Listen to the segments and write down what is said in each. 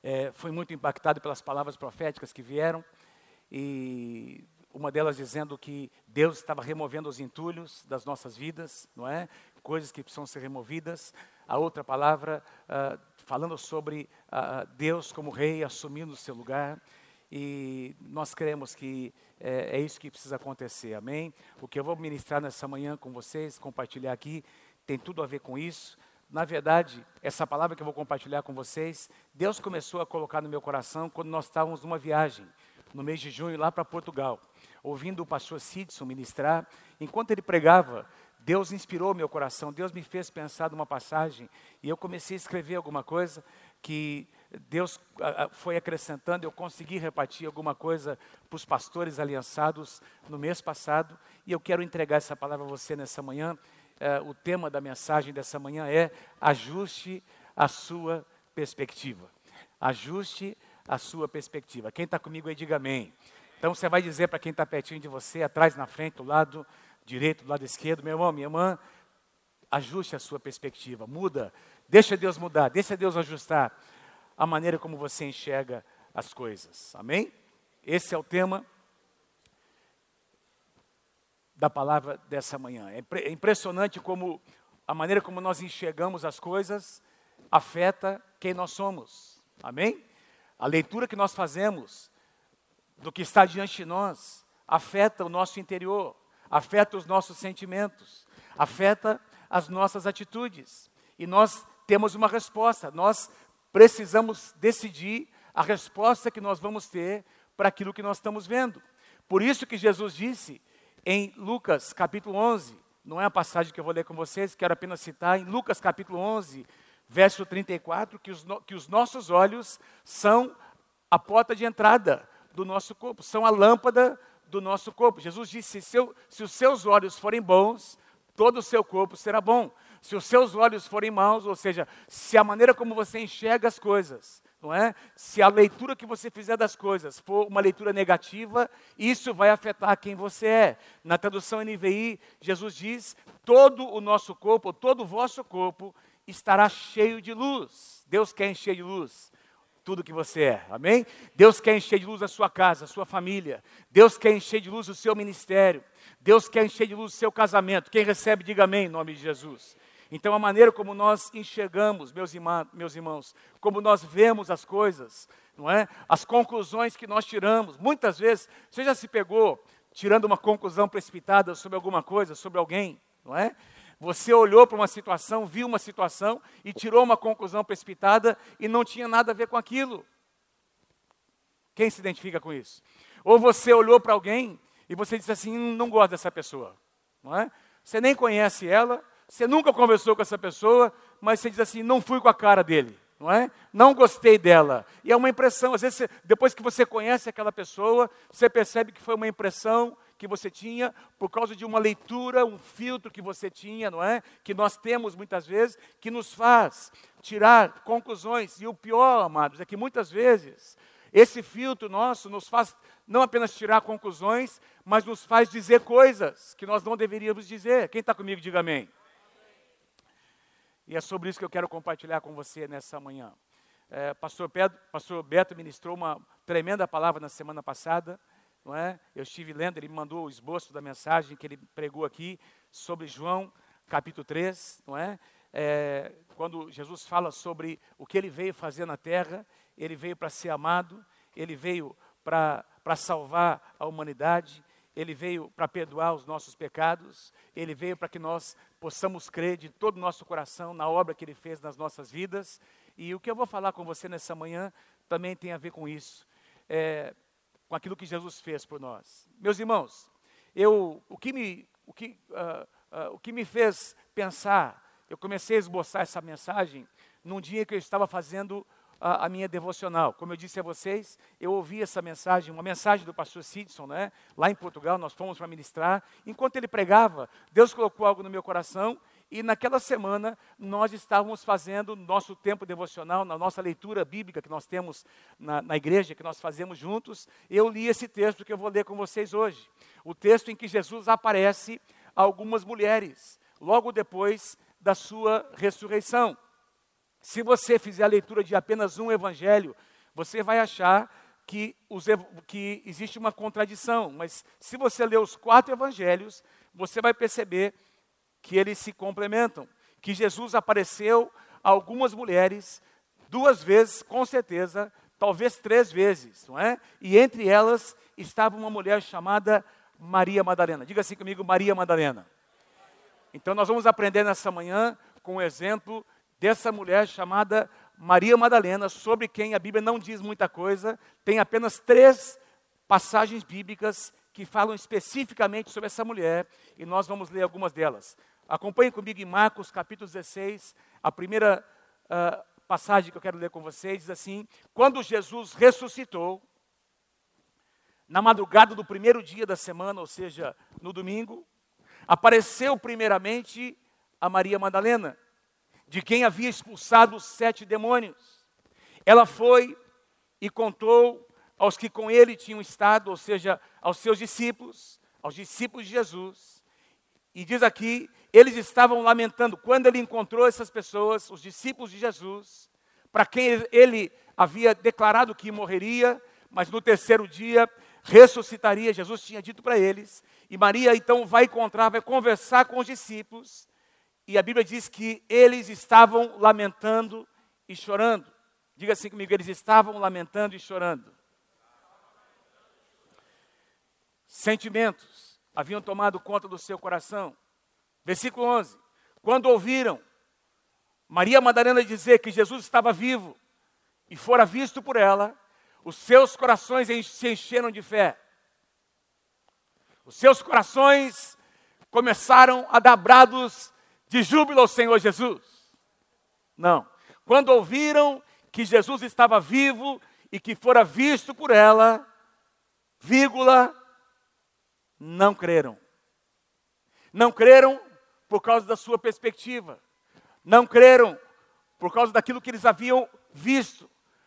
Fui muito impactado pelas palavras proféticas que vieram, e uma delas dizendo que Deus estava removendo os entulhos das nossas vidas, não é? Coisas que precisam ser removidas. A outra palavra falando sobre Deus como rei assumindo o seu lugar. E nós cremos que é isso que precisa acontecer, amém? O que eu vou ministrar nessa manhã com vocês, compartilhar aqui, tem tudo a ver com isso. Na verdade, essa palavra que eu vou compartilhar com vocês, Deus começou a colocar no meu coração quando nós estávamos numa viagem, no mês de junho, lá para Portugal, ouvindo o pastor Sidson ministrar. Enquanto ele pregava, Deus inspirou meu coração, Deus me fez pensar numa passagem, e eu comecei a escrever alguma coisa que Deus foi acrescentando. Eu consegui repartir alguma coisa para os pastores aliançados no mês passado, e eu quero entregar essa palavra a você nessa manhã. O tema da mensagem dessa manhã é: ajuste a sua perspectiva. Ajuste a sua perspectiva. Quem está comigo aí, diga amém. Então você vai dizer para quem está pertinho de você, atrás, na frente, do lado direito, do lado esquerdo: meu irmão, minha irmã, ajuste a sua perspectiva, muda, deixa Deus mudar, deixa Deus ajustar a maneira como você enxerga as coisas, amém? Esse é o tema da palavra dessa manhã. É impressionante como a maneira como nós enxergamos as coisas afeta quem nós somos, amém? A leitura que nós fazemos do que está diante de nós afeta o nosso interior, afeta os nossos sentimentos, afeta as nossas atitudes. E nós temos uma resposta, nós precisamos decidir a resposta que nós vamos ter para aquilo que nós estamos vendo. Por isso que Jesus disse em Lucas capítulo 11, não é a passagem que eu vou ler com vocês, quero apenas citar, em Lucas capítulo 11, verso 34, que os nossos olhos são a porta de entrada do nosso corpo, são a lâmpada do nosso corpo. Jesus disse: se os seus olhos forem bons, todo o seu corpo será bom. Se os seus olhos forem maus, ou seja, se a maneira como você enxerga as coisas, não é? Se a leitura que você fizer das coisas for uma leitura negativa, isso vai afetar quem você é. Na tradução NVI, Jesus diz: todo o nosso corpo, todo o vosso corpo estará cheio de luz. Deus quer encher de luz tudo que você é, amém? Deus quer encher de luz a sua casa, a sua família. Deus quer encher de luz o seu ministério. Deus quer encher de luz o seu casamento. Quem recebe, diga amém, em nome de Jesus. Então, a maneira como nós enxergamos, meus irmãos, como nós vemos as coisas, não é? As conclusões que nós tiramos. Muitas vezes, você já se pegou tirando uma conclusão precipitada sobre alguma coisa, sobre alguém, não é? Você olhou para uma situação, viu uma situação e tirou uma conclusão precipitada e não tinha nada a ver com aquilo. Quem se identifica com isso? Ou você olhou para alguém e você disse assim: não gosto dessa pessoa, não é? Você nem conhece ela, você nunca conversou com essa pessoa, mas você diz assim: não fui com a cara dele, não é? Não gostei dela. E é uma impressão. Às vezes, depois que você conhece aquela pessoa, você percebe que foi uma impressão que você tinha por causa de uma leitura, um filtro que você tinha, não é? Que nós temos muitas vezes, que nos faz tirar conclusões. E o pior, amados, é que muitas vezes esse filtro nosso nos faz não apenas tirar conclusões, mas nos faz dizer coisas que nós não deveríamos dizer. Quem está comigo, diga amém. E é sobre isso que eu quero compartilhar com você nessa manhã. Pastor Beto ministrou uma tremenda palavra na semana passada, não é? Eu estive lendo, ele me mandou o esboço da mensagem que ele pregou aqui sobre João capítulo 3, não é? Quando Jesus fala sobre o que ele veio fazer na terra, ele veio para ser amado, ele veio para salvar a humanidade, ele veio para perdoar os nossos pecados, ele veio para que nós possamos crer de todo o nosso coração na obra que ele fez nas nossas vidas. E o que eu vou falar com você nessa manhã também tem a ver com isso, com aquilo que Jesus fez por nós. Meus irmãos, o que me fez pensar, eu comecei a esboçar essa mensagem num dia que eu estava fazendo a minha devocional. Como eu disse a vocês, eu ouvi essa mensagem, uma mensagem do pastor Sidson, né? Lá em Portugal, nós fomos para ministrar. Enquanto ele pregava, Deus colocou algo no meu coração, e naquela semana nós estávamos fazendo nosso tempo devocional, na nossa leitura bíblica que nós temos na igreja, que nós fazemos juntos. Eu li esse texto que eu vou ler com vocês hoje. O texto em que Jesus aparece a algumas mulheres, logo depois da sua ressurreição. Se você fizer a leitura de apenas um evangelho, você vai achar que existe uma contradição. Mas se você ler os 4 evangelhos, você vai perceber que eles se complementam. Que Jesus apareceu a algumas mulheres 2 vezes, com certeza, talvez 3 vezes, não é? E entre elas estava uma mulher chamada Maria Madalena. Diga assim comigo, Maria Madalena. Então nós vamos aprender nessa manhã com o exemplo dessa mulher chamada Maria Madalena, sobre quem a Bíblia não diz muita coisa. Tem apenas 3 passagens bíblicas que falam especificamente sobre essa mulher, e nós vamos ler algumas delas. Acompanhe comigo em Marcos capítulo 16, a primeira passagem que eu quero ler com vocês, diz assim: quando Jesus ressuscitou, na madrugada do primeiro dia da semana, ou seja, no domingo, apareceu primeiramente a Maria Madalena, de quem havia expulsado os 7 demônios. Ela foi e contou aos que com ele tinham estado, ou seja, aos seus discípulos, aos discípulos de Jesus. E diz aqui, eles estavam lamentando. Quando ele encontrou essas pessoas, os discípulos de Jesus, para quem ele havia declarado que morreria, mas no 3º dia ressuscitaria, Jesus tinha dito para eles. E Maria então vai conversar com os discípulos, e a Bíblia diz que eles estavam lamentando e chorando. Diga assim comigo, eles estavam lamentando e chorando. Sentimentos haviam tomado conta do seu coração. Versículo 11. Quando ouviram Maria Madalena dizer que Jesus estava vivo e fora visto por ela, os seus corações se encheram de fé. Os seus corações começaram a dar brados de júbilo ao Senhor Jesus. Não. Quando ouviram que Jesus estava vivo e que fora visto por ela, vírgula, não creram. Não creram por causa da sua perspectiva. Não creram por causa daquilo que eles haviam visto.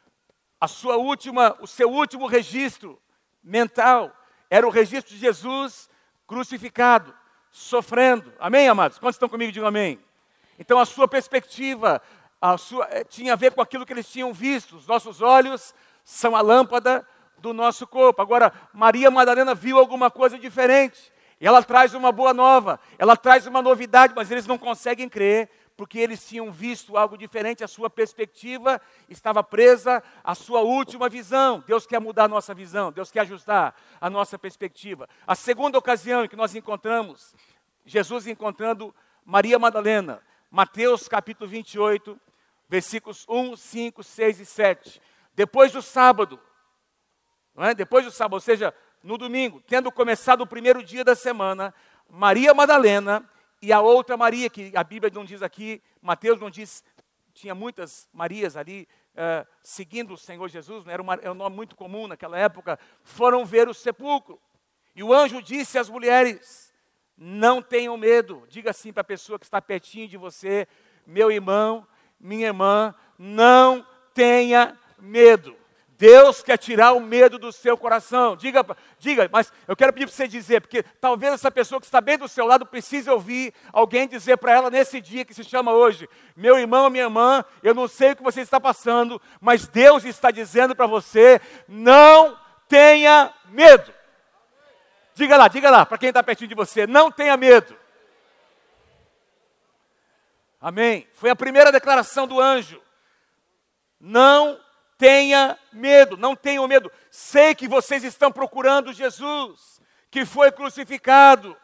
O seu último registro mental era o registro de Jesus crucificado, sofrendo. Amém, amados? Quantos estão comigo? Digam amém. Então a sua perspectiva tinha a ver com aquilo que eles tinham visto. Os nossos olhos são a lâmpada do nosso corpo. Agora, Maria Madalena viu alguma coisa diferente. E ela traz uma boa nova, ela traz uma novidade, mas eles não conseguem crer, porque eles tinham visto algo diferente, a sua perspectiva estava presa à sua última visão. Deus quer mudar a nossa visão, Deus quer ajustar a nossa perspectiva. A segunda ocasião em que nós encontramos Jesus encontrando Maria Madalena, Mateus capítulo 28, versículos 1, 5, 6 e 7. Depois do sábado, ou seja, no domingo, tendo começado o primeiro dia da semana, Maria Madalena e a outra Maria, que a Bíblia não diz aqui, Mateus não diz, tinha muitas Marias ali seguindo o Senhor Jesus, era um nome muito comum naquela época, foram ver o sepulcro. E o anjo disse às mulheres: não tenham medo. Diga assim para a pessoa que está pertinho de você: meu irmão, minha irmã, não tenha medo. Deus quer tirar o medo do seu coração. Diga, mas eu quero pedir para você dizer, porque talvez essa pessoa que está bem do seu lado precise ouvir alguém dizer para ela nesse dia que se chama hoje: meu irmão, minha irmã, eu não sei o que você está passando, mas Deus está dizendo para você: não tenha medo. Diga lá, para quem está pertinho de você: não tenha medo. Amém? Foi a primeira declaração do anjo. Não tenha medo, não tenham medo. Sei que vocês estão procurando Jesus, que foi crucificado.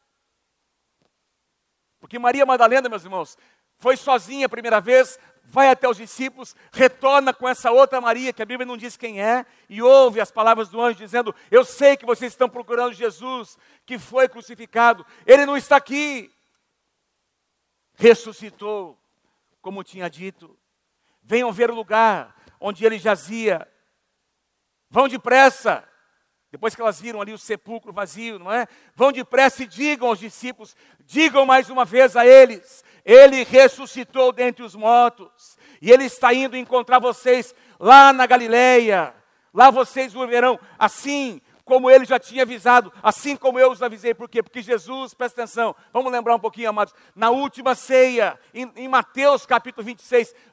Porque Maria Madalena, meus irmãos, foi sozinha a primeira vez, vai até os discípulos, retorna com essa outra Maria, que a Bíblia não diz quem é, e ouve as palavras do anjo dizendo: eu sei que vocês estão procurando Jesus, que foi crucificado. Ele não está aqui. Ressuscitou, como tinha dito. Venham ver o lugar onde ele jazia. Vão depressa. Depois que elas viram ali o sepulcro vazio, não é? Vão depressa e digam aos discípulos, digam mais uma vez a eles: ele ressuscitou dentre os mortos, e ele está indo encontrar vocês lá na Galileia. Lá vocês o verão, assim como ele já tinha avisado, assim como eu os avisei. Por quê? Porque Jesus, presta atenção, vamos lembrar um pouquinho, amados, na última ceia, em Mateus capítulo 26,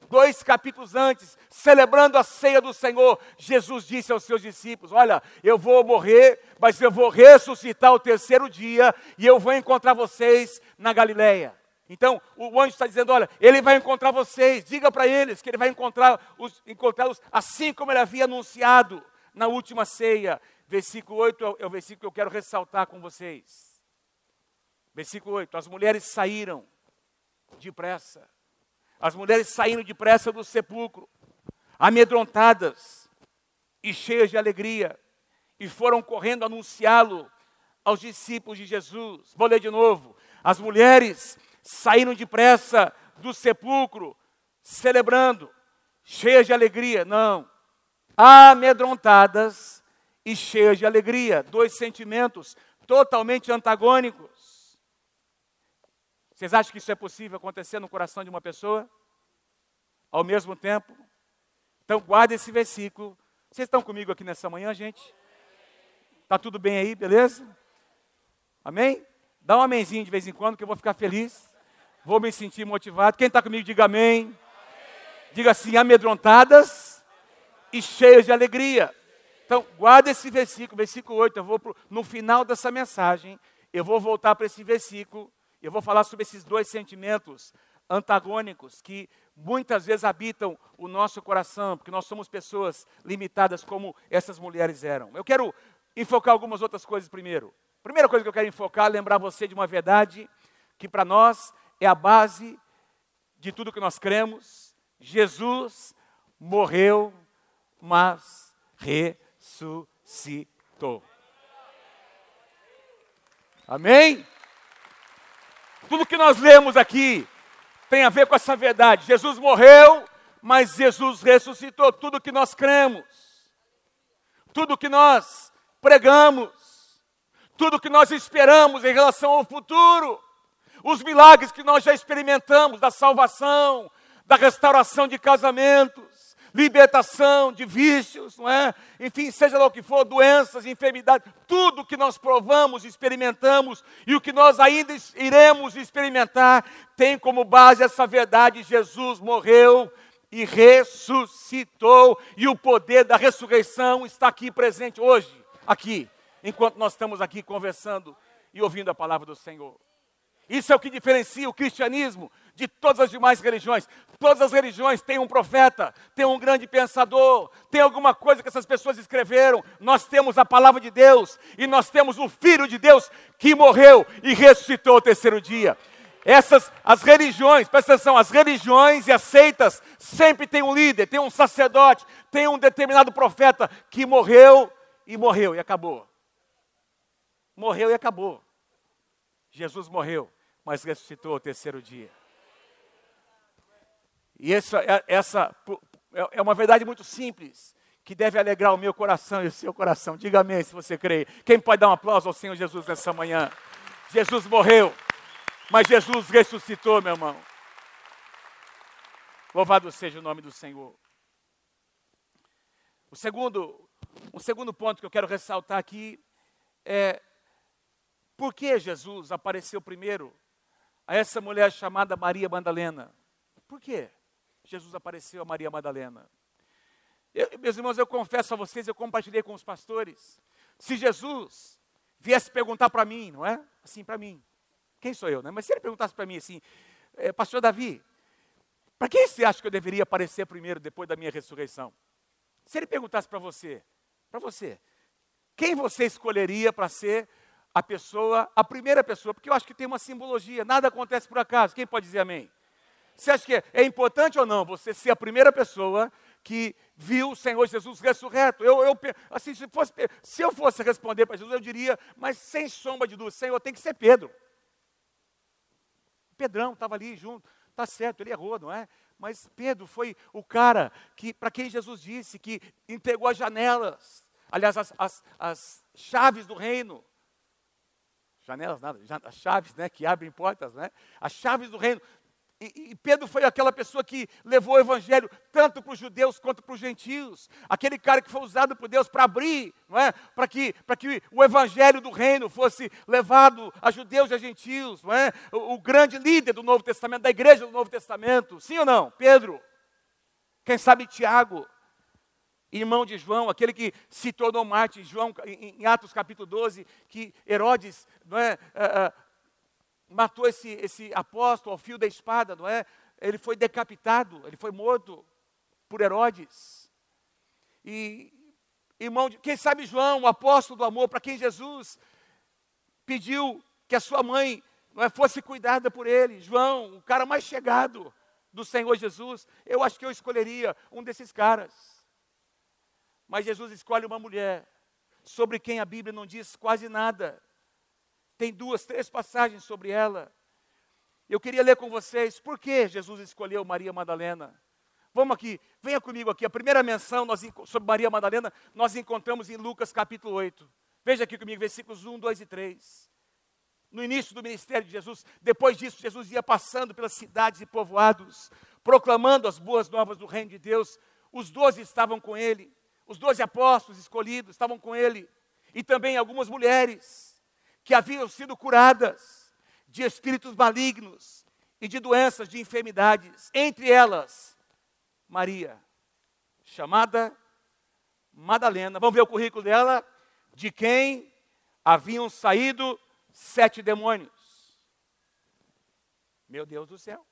2 capítulos antes, celebrando a ceia do Senhor, Jesus disse aos seus discípulos: olha, eu vou morrer, mas eu vou ressuscitar o terceiro dia, e eu vou encontrar vocês na Galileia. Então, o anjo está dizendo: olha, ele vai encontrar vocês, diga para eles que ele vai encontrá-los assim como ele havia anunciado na última ceia. Versículo 8 é o versículo que eu quero ressaltar com vocês. Versículo 8, as mulheres saíram depressa. As mulheres saíram depressa do sepulcro, amedrontadas e cheias de alegria, e foram correndo anunciá-lo aos discípulos de Jesus. Vou ler de novo. As mulheres saíram depressa do sepulcro, celebrando, cheias de alegria. Não, amedrontadas e cheias de alegria. Dois sentimentos totalmente antagônicos. Vocês acham que isso é possível acontecer no coração de uma pessoa? Ao mesmo tempo? Então guarda esse versículo. Vocês estão comigo aqui nessa manhã, gente? Está tudo bem aí, beleza? Amém? Dá um amenzinho de vez em quando que eu vou ficar feliz. Vou me sentir motivado. Quem está comigo, diga amém. Amém. Diga assim: amedrontadas e cheias de alegria. Então, guarda esse versículo, versículo 8. No final dessa mensagem, eu vou voltar para esse versículo. Eu vou falar sobre esses dois sentimentos antagônicos que muitas vezes habitam o nosso coração, porque nós somos pessoas limitadas como essas mulheres eram. Eu quero enfocar algumas outras coisas primeiro. Primeira coisa que eu quero enfocar é lembrar você de uma verdade que para nós é a base de tudo que nós cremos. Jesus morreu, mas ressuscitou. Amém? Tudo que nós lemos aqui tem a ver com essa verdade. Jesus morreu, mas Jesus ressuscitou. Tudo que nós cremos, tudo que nós pregamos, tudo que nós esperamos em relação ao futuro, os milagres que nós já experimentamos, da salvação, da restauração de casamentos, libertação de vícios, não é? Enfim, seja lá o que for, doenças, enfermidades, tudo que nós provamos, experimentamos e o que nós ainda iremos experimentar tem como base essa verdade: Jesus morreu e ressuscitou, e o poder da ressurreição está aqui presente hoje, aqui, enquanto nós estamos aqui conversando e ouvindo a palavra do Senhor. Isso é o que diferencia o cristianismo de todas as demais religiões. Todas as religiões têm um profeta, têm um grande pensador, tem alguma coisa que essas pessoas escreveram. Nós temos a palavra de Deus e nós temos o Filho de Deus que morreu e ressuscitou ao terceiro dia. As religiões, presta atenção, as religiões e as seitas sempre têm um líder, tem um sacerdote, tem um determinado profeta que morreu e acabou. Morreu e acabou. Jesus morreu, mas ressuscitou ao terceiro dia. E essa é uma verdade muito simples, que deve alegrar o meu coração e o seu coração. Diga amém se você crê. Quem pode dar um aplauso ao Senhor Jesus nessa manhã? Jesus morreu, mas Jesus ressuscitou, meu irmão. Louvado seja o nome do Senhor. Um segundo ponto que eu quero ressaltar aqui é: por que Jesus apareceu primeiro a essa mulher chamada Maria Madalena? Por quê Jesus apareceu a Maria Madalena? Meus irmãos, eu confesso a vocês, eu compartilhei com os pastores. Se Jesus viesse perguntar para mim, não é? Assim, para mim. Quem sou eu, né? Mas se ele perguntasse para mim assim: pastor Davi, para quem você acha que eu deveria aparecer primeiro depois da minha ressurreição? Se ele perguntasse para você, quem você escolheria para ser a primeira pessoa? Porque eu acho que tem uma simbologia, nada acontece por acaso. Quem pode dizer amém? Você acha que é importante ou não você ser a primeira pessoa que viu o Senhor Jesus ressurreto? Assim, se eu fosse responder para Jesus, eu diria, mas sem sombra de dúvida, Senhor, tem que ser Pedro. Pedrão estava ali junto, está certo, ele errou, não é? Mas Pedro foi o cara para quem Jesus disse que entregou as janelas, aliás, as chaves do reino. Janelas nada, as chaves, né, que abrem portas, né? As chaves do reino. E Pedro foi aquela pessoa que levou o evangelho tanto para os judeus quanto para os gentios. Aquele cara que foi usado por Deus para abrir, não é? Para que o evangelho do reino fosse levado a judeus e a gentios, não é? O grande líder do Novo Testamento, da igreja do Novo Testamento. Sim ou não? Pedro. Quem sabe Tiago, irmão de João, aquele que se tornou mártir, João, em Atos capítulo 12, que Herodes, não é, matou esse apóstolo ao fio da espada, não é? Ele foi decapitado, ele foi morto por Herodes. E, irmão, quem sabe João, o apóstolo do amor, para quem Jesus pediu que a sua mãe não é, fosse cuidada por ele. João, o cara mais chegado do Senhor Jesus. Eu acho que eu escolheria um desses caras. Mas Jesus escolhe uma mulher, sobre quem a Bíblia não diz quase nada. Tem 2, 3 passagens sobre ela. Eu queria ler com vocês por que Jesus escolheu Maria Madalena. Vamos aqui, venha comigo aqui. A primeira menção sobre Maria Madalena nós encontramos em Lucas capítulo 8. Veja aqui comigo, versículos 1, 2 e 3. No início do ministério de Jesus, depois disso, Jesus ia passando pelas cidades e povoados, proclamando as boas novas do reino de Deus. Os 12 estavam com ele, os 12 apóstolos escolhidos estavam com ele, e também algumas mulheres que haviam sido curadas de espíritos malignos e de doenças, de enfermidades. Entre elas, Maria, chamada Madalena. Vamos ver o currículo dela, de quem haviam saído 7 demônios. Meu Deus do céu.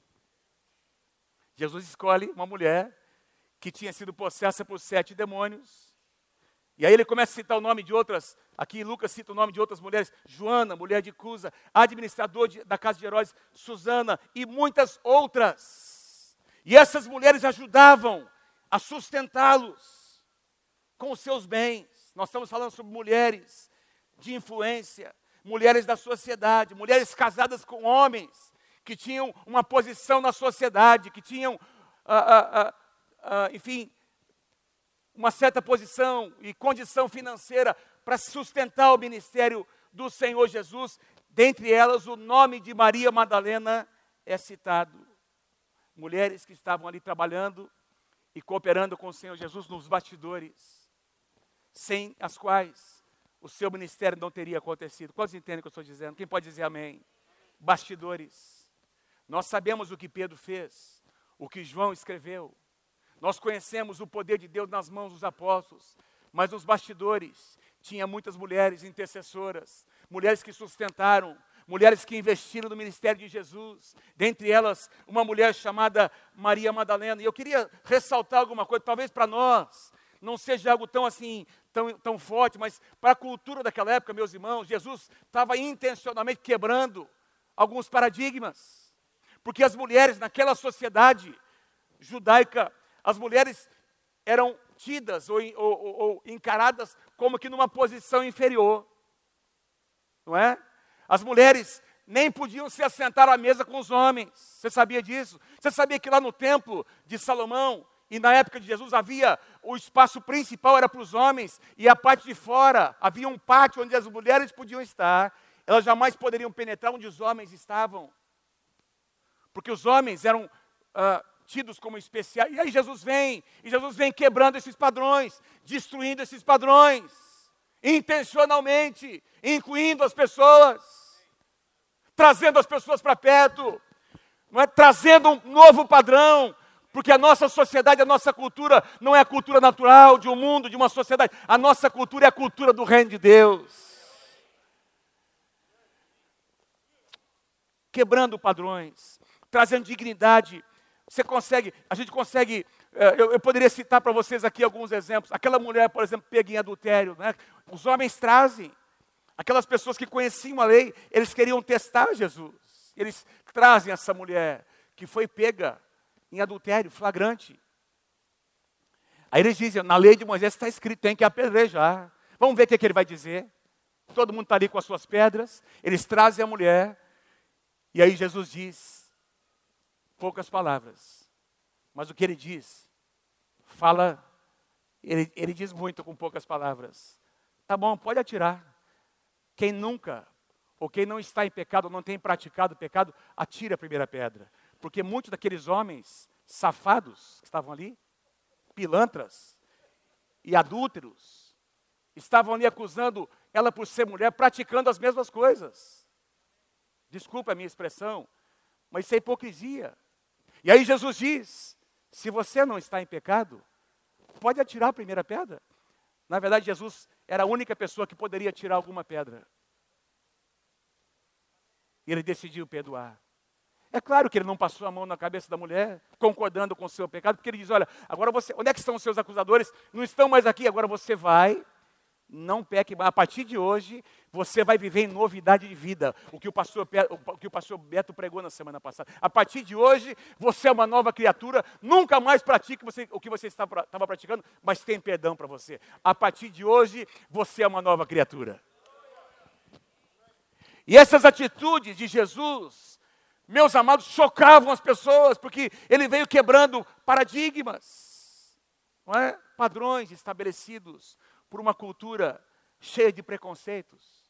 Jesus escolhe uma mulher que tinha sido possessa por 7 demônios. E aí ele começa a citar o nome de outras, aqui Lucas cita o nome de outras mulheres, Joana, mulher de Cusa, administrador da casa de Herodes, Susana e muitas outras. E essas mulheres ajudavam a sustentá-los com os seus bens. Nós estamos falando sobre mulheres de influência, mulheres da sociedade, mulheres casadas com homens que tinham uma posição na sociedade, que tinham, enfim, uma certa posição e condição financeira para sustentar o ministério do Senhor Jesus. Dentre elas, o nome de Maria Madalena é citado. Mulheres que estavam ali trabalhando e cooperando com o Senhor Jesus nos bastidores, sem as quais o seu ministério não teria acontecido. Quantos entendem o que eu estou dizendo? Quem pode dizer amém? Bastidores. Nós sabemos o que Pedro fez, o que João escreveu. Nós conhecemos o poder de Deus nas mãos dos apóstolos, mas nos bastidores tinha muitas mulheres intercessoras, mulheres que sustentaram, mulheres que investiram no ministério de Jesus, dentre elas uma mulher chamada Maria Madalena. E eu queria ressaltar alguma coisa, talvez para nós não seja algo tão assim, tão forte, mas para a cultura daquela época, meus irmãos, Jesus estava intencionalmente quebrando alguns paradigmas, porque as mulheres naquela sociedade judaica, as mulheres eram tidas ou encaradas como que numa posição inferior, não é? As mulheres nem podiam se assentar à mesa com os homens. Você sabia disso? Você sabia que lá no templo de Salomão, e na época de Jesus, havia o espaço principal era para os homens, e a parte de fora havia um pátio onde as mulheres podiam estar. Elas jamais poderiam penetrar onde os homens estavam, porque os homens eram tidos como especiais. E aí Jesus vem quebrando esses padrões, destruindo esses padrões, intencionalmente, incluindo as pessoas, trazendo as pessoas para perto, não é? Trazendo um novo padrão, porque a nossa sociedade, a nossa cultura não é a cultura natural de um mundo, de uma sociedade. A nossa cultura é a cultura do reino de Deus. Quebrando padrões, trazendo dignidade. A gente consegue, eu poderia citar para vocês aqui alguns exemplos. Aquela mulher, por exemplo, pega em adultério, né? Os homens trazem, aquelas pessoas que conheciam a lei, eles queriam testar Jesus. Eles trazem essa mulher que foi pega em adultério, flagrante. Aí eles dizem, na lei de Moisés está escrito, tem que apedrejar. Vamos ver o que ele vai dizer. Todo mundo está ali com as suas pedras, eles trazem a mulher, e aí Jesus diz, poucas palavras, mas o que ele diz, ele diz muito com poucas palavras. Tá bom, pode atirar. Quem nunca, ou quem não está em pecado, ou não tem praticado pecado, atire a primeira pedra. Porque muitos daqueles homens safados que estavam ali, pilantras e adúlteros, estavam ali acusando ela por ser mulher, praticando as mesmas coisas. Desculpa a minha expressão, mas isso é hipocrisia. E aí Jesus diz, Se você não está em pecado, pode atirar a primeira pedra. Na verdade, Jesus era a única pessoa que poderia tirar alguma pedra. E ele decidiu perdoar. É claro que ele não passou a mão na cabeça da mulher, concordando com o seu pecado, porque ele diz, olha, agora você, onde é que estão os seus acusadores? Não estão mais aqui, agora você vai, não peque, mas a partir de hoje, você vai viver em novidade de vida. O que o pastor Beto pregou na semana passada. A partir de hoje, você é uma nova criatura, nunca mais pratique o que você estava praticando, mas tem perdão para você. A partir de hoje, você é uma nova criatura. E essas atitudes de Jesus, meus amados, chocavam as pessoas, porque ele veio quebrando paradigmas, não é? Padrões estabelecidos por uma cultura cheia de preconceitos.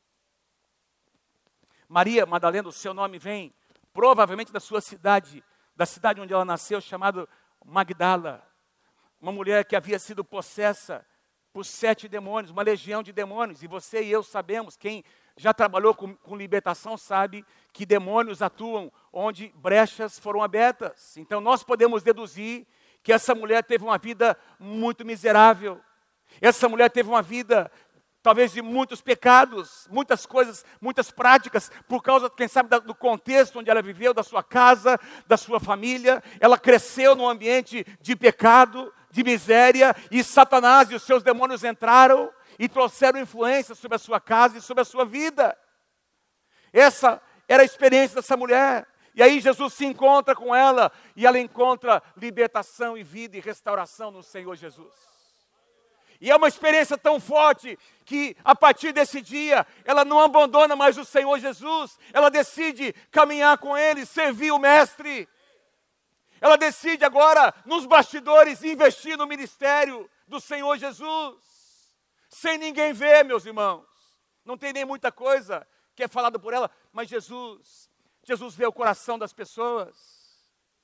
Maria Madalena, o seu nome vem provavelmente da sua cidade, da cidade onde ela nasceu, chamada Magdala. Uma mulher que havia sido possessa por 7 demônios, uma legião de demônios. E você e eu sabemos, quem já trabalhou com libertação sabe que demônios atuam onde brechas foram abertas. Então nós podemos deduzir que essa mulher teve uma vida muito miserável. Essa mulher teve uma vida, talvez, de muitos pecados, muitas coisas, muitas práticas, por causa, quem sabe, do contexto onde ela viveu, da sua casa, da sua família. Ela cresceu num ambiente de pecado, de miséria, e Satanás e os seus demônios entraram e trouxeram influência sobre a sua casa e sobre a sua vida. Essa era a experiência dessa mulher. E aí Jesus se encontra com ela, e ela encontra libertação e vida e restauração no Senhor Jesus. E é uma experiência tão forte que, a partir desse dia, ela não abandona mais o Senhor Jesus. Ela decide caminhar com Ele, servir o Mestre. Ela decide agora, nos bastidores, investir no ministério do Senhor Jesus. Sem ninguém ver, meus irmãos. Não tem nem muita coisa que é falada por ela, mas Jesus vê o coração das pessoas.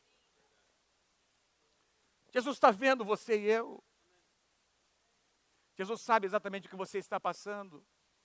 Jesus está vendo você e eu. Jesus sabe exatamente o que você está passando.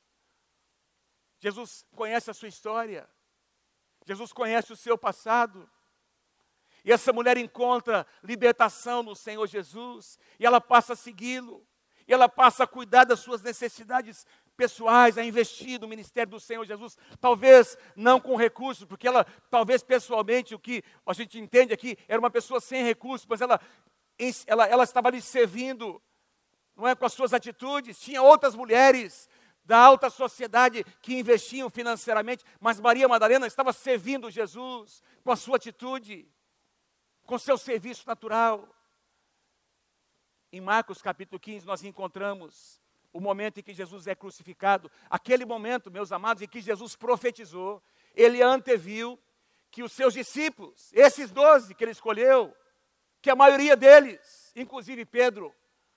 Jesus conhece a sua história. Jesus conhece o seu passado. E essa mulher encontra libertação no Senhor Jesus. E ela passa a segui-lo. E ela passa a cuidar das suas necessidades pessoais, a investir no ministério do Senhor Jesus. Talvez não com recursos, porque ela, talvez pessoalmente, o que a gente entende aqui, era uma pessoa sem recursos, mas ela estava ali servindo, não é, com as suas atitudes. Tinha outras mulheres da alta sociedade que investiam financeiramente, mas Maria Madalena estava servindo Jesus com a sua atitude, com seu serviço natural. Em Marcos capítulo 15 nós encontramos o momento em que Jesus é crucificado. Aquele momento, meus amados, em que Jesus profetizou, ele anteviu que os seus discípulos, esses 12 que ele escolheu, que a maioria deles, inclusive Pedro,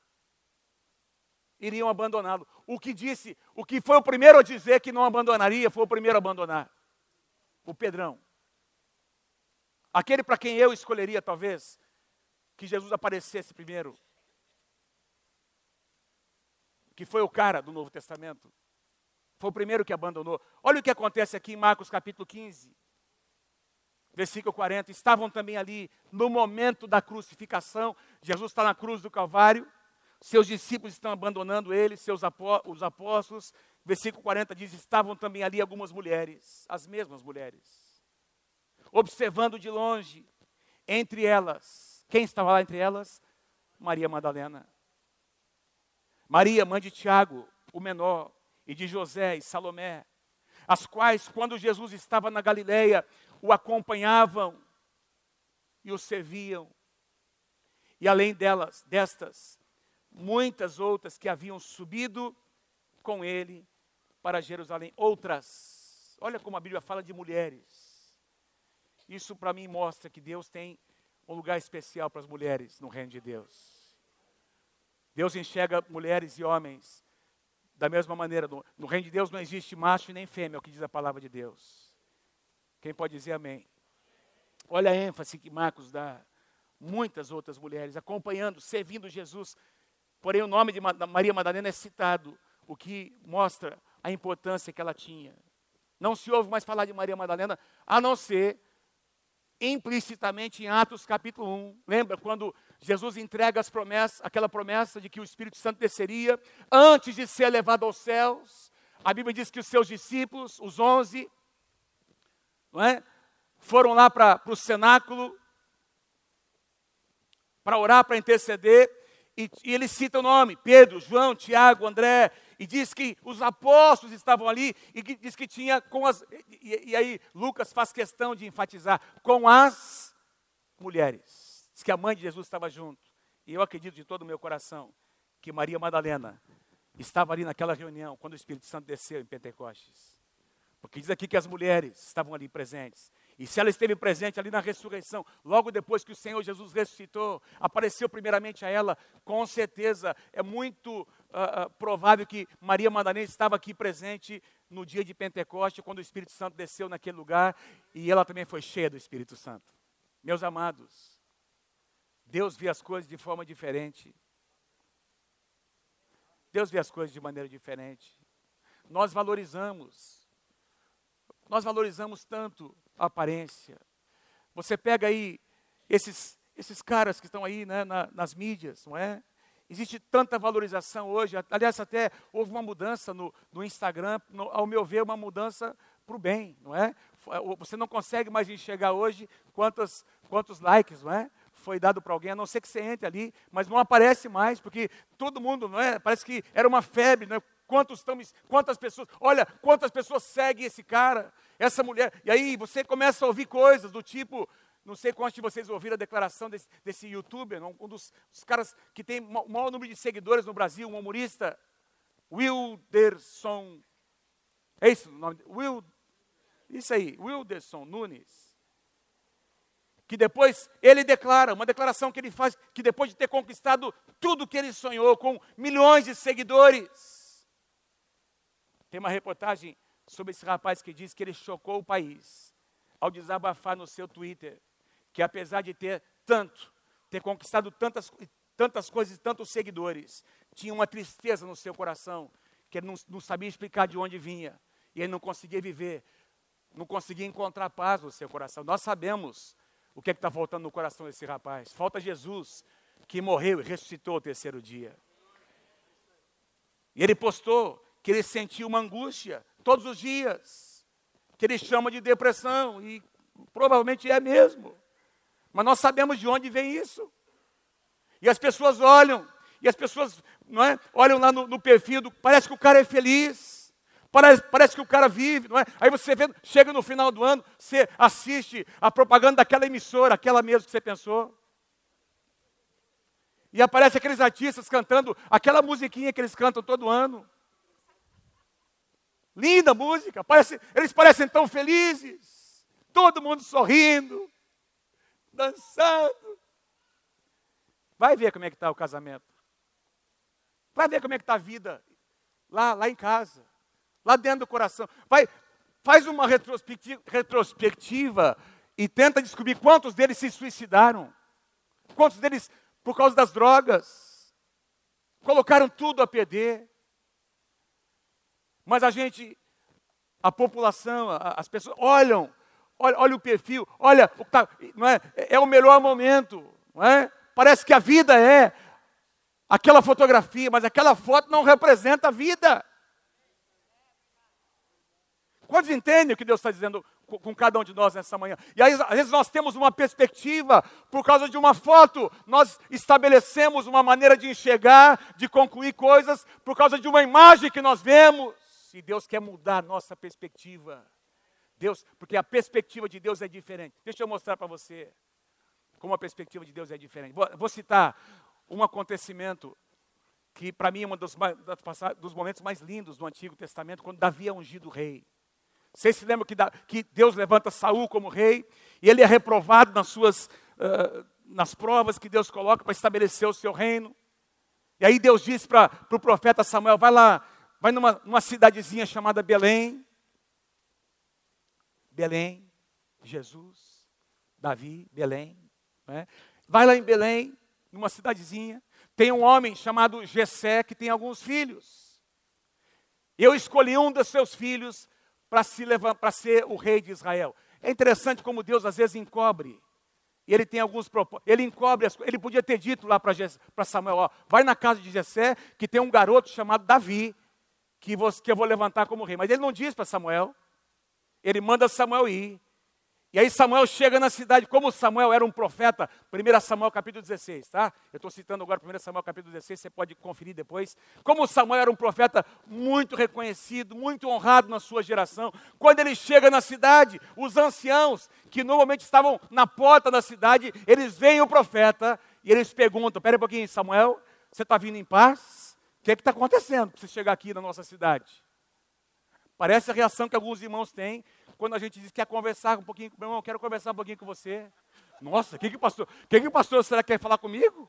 iriam abandoná-lo. O que foi o primeiro a dizer que não abandonaria, foi o primeiro a abandonar. O Pedrão. Aquele para quem eu escolheria, talvez, que Jesus aparecesse primeiro. Que foi o cara do Novo Testamento. Foi o primeiro que abandonou. Olha o que acontece aqui em Marcos capítulo 15. Versículo 40. Estavam também ali no momento da crucificação. Jesus está na cruz do Calvário. Seus discípulos estão abandonando ele, os apóstolos. Versículo 40 diz, estavam também ali algumas mulheres, as mesmas mulheres, observando de longe, entre elas, quem estava lá entre elas? Maria Madalena. Maria, mãe de Tiago, o menor, e de José e Salomé, as quais, quando Jesus estava na Galileia, o acompanhavam e o serviam. E além destas, muitas outras que haviam subido com ele para Jerusalém. Outras, olha como a Bíblia fala de mulheres. Isso para mim mostra que Deus tem um lugar especial para as mulheres no reino de Deus. Deus enxerga mulheres e homens da mesma maneira. No reino de Deus não existe macho e nem fêmea, é o que diz a palavra de Deus. Quem pode dizer amém? Olha a ênfase que Marcos dá. Muitas outras mulheres acompanhando, servindo Jesus. Porém, o nome de Maria Madalena é citado, o que mostra a importância que ela tinha. Não se ouve mais falar de Maria Madalena, a não ser implicitamente em Atos capítulo 1. Lembra quando Jesus entrega as promessas, aquela promessa de que o Espírito Santo desceria antes de ser levado aos céus? A Bíblia diz que os seus discípulos, os 11, não é, foram lá para o cenáculo para orar, para interceder, e ele cita o nome, Pedro, João, Tiago, André, e diz que os apóstolos estavam ali, e diz que tinha com as... E aí Lucas faz questão de enfatizar, com as mulheres. Diz que a mãe de Jesus estava junto. E eu acredito de todo o meu coração que Maria Madalena estava ali naquela reunião, quando o Espírito Santo desceu em Pentecostes. Porque diz aqui que as mulheres estavam ali presentes. E se ela esteve presente ali na ressurreição, logo depois que o Senhor Jesus ressuscitou, apareceu primeiramente a ela, com certeza é muito provável que Maria Madalena estava aqui presente no dia de Pentecostes, quando o Espírito Santo desceu naquele lugar, e ela também foi cheia do Espírito Santo. Meus amados, Deus vê as coisas de forma diferente. Deus vê as coisas de maneira diferente. Nós valorizamos tanto a aparência. Você pega aí esses caras que estão aí, né, nas mídias, não é? Existe tanta valorização hoje. Aliás, até houve uma mudança no Instagram, ao meu ver, uma mudança para o bem, não é? Você não consegue mais enxergar hoje quantos likes, não é? Foi dado para alguém, a não ser que você entre ali, mas não aparece mais, porque todo mundo, não é? Parece que era uma febre, não é? Quantas pessoas, olha, quantas pessoas seguem esse cara, essa mulher, e aí você começa a ouvir coisas do tipo, não sei quantos de vocês ouviram a declaração desse youtuber, um dos caras que tem o maior número de seguidores no Brasil, um humorista, Whindersson, é isso o nome? Isso aí, Whindersson Nunes, que depois ele declara, uma declaração que ele faz, que depois de ter conquistado tudo que ele sonhou, com milhões de seguidores, tem uma reportagem sobre esse rapaz que diz que ele chocou o país ao desabafar no seu Twitter, que apesar de ter conquistado tantas coisas e tantos seguidores, tinha uma tristeza no seu coração, que ele não sabia explicar de onde vinha, e ele não conseguia viver, não conseguia encontrar paz no seu coração. Nós sabemos o que está faltando no coração desse rapaz. Falta Jesus, que morreu e ressuscitou ao terceiro dia. E ele postou que ele sentia uma angústia todos os dias, que ele chama de depressão, e provavelmente é mesmo. Mas nós sabemos de onde vem isso. E as pessoas olham, não é, olham lá no perfil, parece que o cara é feliz, parece que o cara vive, não é? Aí você vê, chega no final do ano, você assiste a propaganda daquela emissora, aquela mesmo que você pensou. E aparece aqueles artistas cantando aquela musiquinha que eles cantam todo ano. Linda música, eles parecem tão felizes, todo mundo sorrindo, dançando. Vai ver como é que está o casamento. Vai ver como é que está a vida lá em casa, lá dentro do coração. Faz uma retrospectiva e tenta descobrir quantos deles se suicidaram, quantos deles, por causa das drogas, colocaram tudo a perder. Mas a população, as pessoas olha o perfil, olha, não é o melhor momento, não é? Parece que a vida é aquela fotografia, mas aquela foto não representa a vida. Quantos entendem o que Deus está dizendo com cada um de nós nessa manhã? E aí, às vezes nós temos uma perspectiva, por causa de uma foto, nós estabelecemos uma maneira de enxergar, de concluir coisas, por causa de uma imagem que nós vemos. E Deus quer mudar a nossa perspectiva. Porque a perspectiva de Deus é diferente. Deixa eu mostrar para você como a perspectiva de Deus é diferente. Vou citar um acontecimento que para mim é um dos momentos mais lindos do Antigo Testamento, quando Davi é ungido rei. Vocês se lembram que Deus levanta Saul como rei, e ele é reprovado nas provas que Deus coloca para estabelecer o seu reino. E aí Deus diz para o profeta Samuel, vai numa cidadezinha chamada Belém. Belém, Jesus, Davi, Belém. Né? Vai lá em Belém, numa cidadezinha. Tem um homem chamado Jessé que tem alguns filhos. Eu escolhi um dos seus filhos para ser o rei de Israel. É interessante como Deus às vezes encobre. E ele tem alguns propósitos. Ele encobre as coisas. Ele podia ter dito lá para Samuel, ó, vai na casa de Jessé, que tem um garoto chamado Davi, que eu vou levantar como rei. Mas ele não diz para Samuel. Ele manda Samuel ir. E aí Samuel chega na cidade, como Samuel era um profeta, 1 Samuel capítulo 16, tá? Eu estou citando agora 1 Samuel capítulo 16, você pode conferir depois. Como Samuel era um profeta muito reconhecido, muito honrado na sua geração, quando ele chega na cidade, os anciãos, que normalmente estavam na porta da cidade, eles veem o profeta e eles perguntam, espera um pouquinho, Samuel, você está vindo em paz? O que está acontecendo para você chegar aqui na nossa cidade? Parece a reação que alguns irmãos têm, quando a gente diz que quer conversar um pouquinho, meu irmão, quero conversar um pouquinho com você. Nossa, o que o pastor será que quer falar comigo?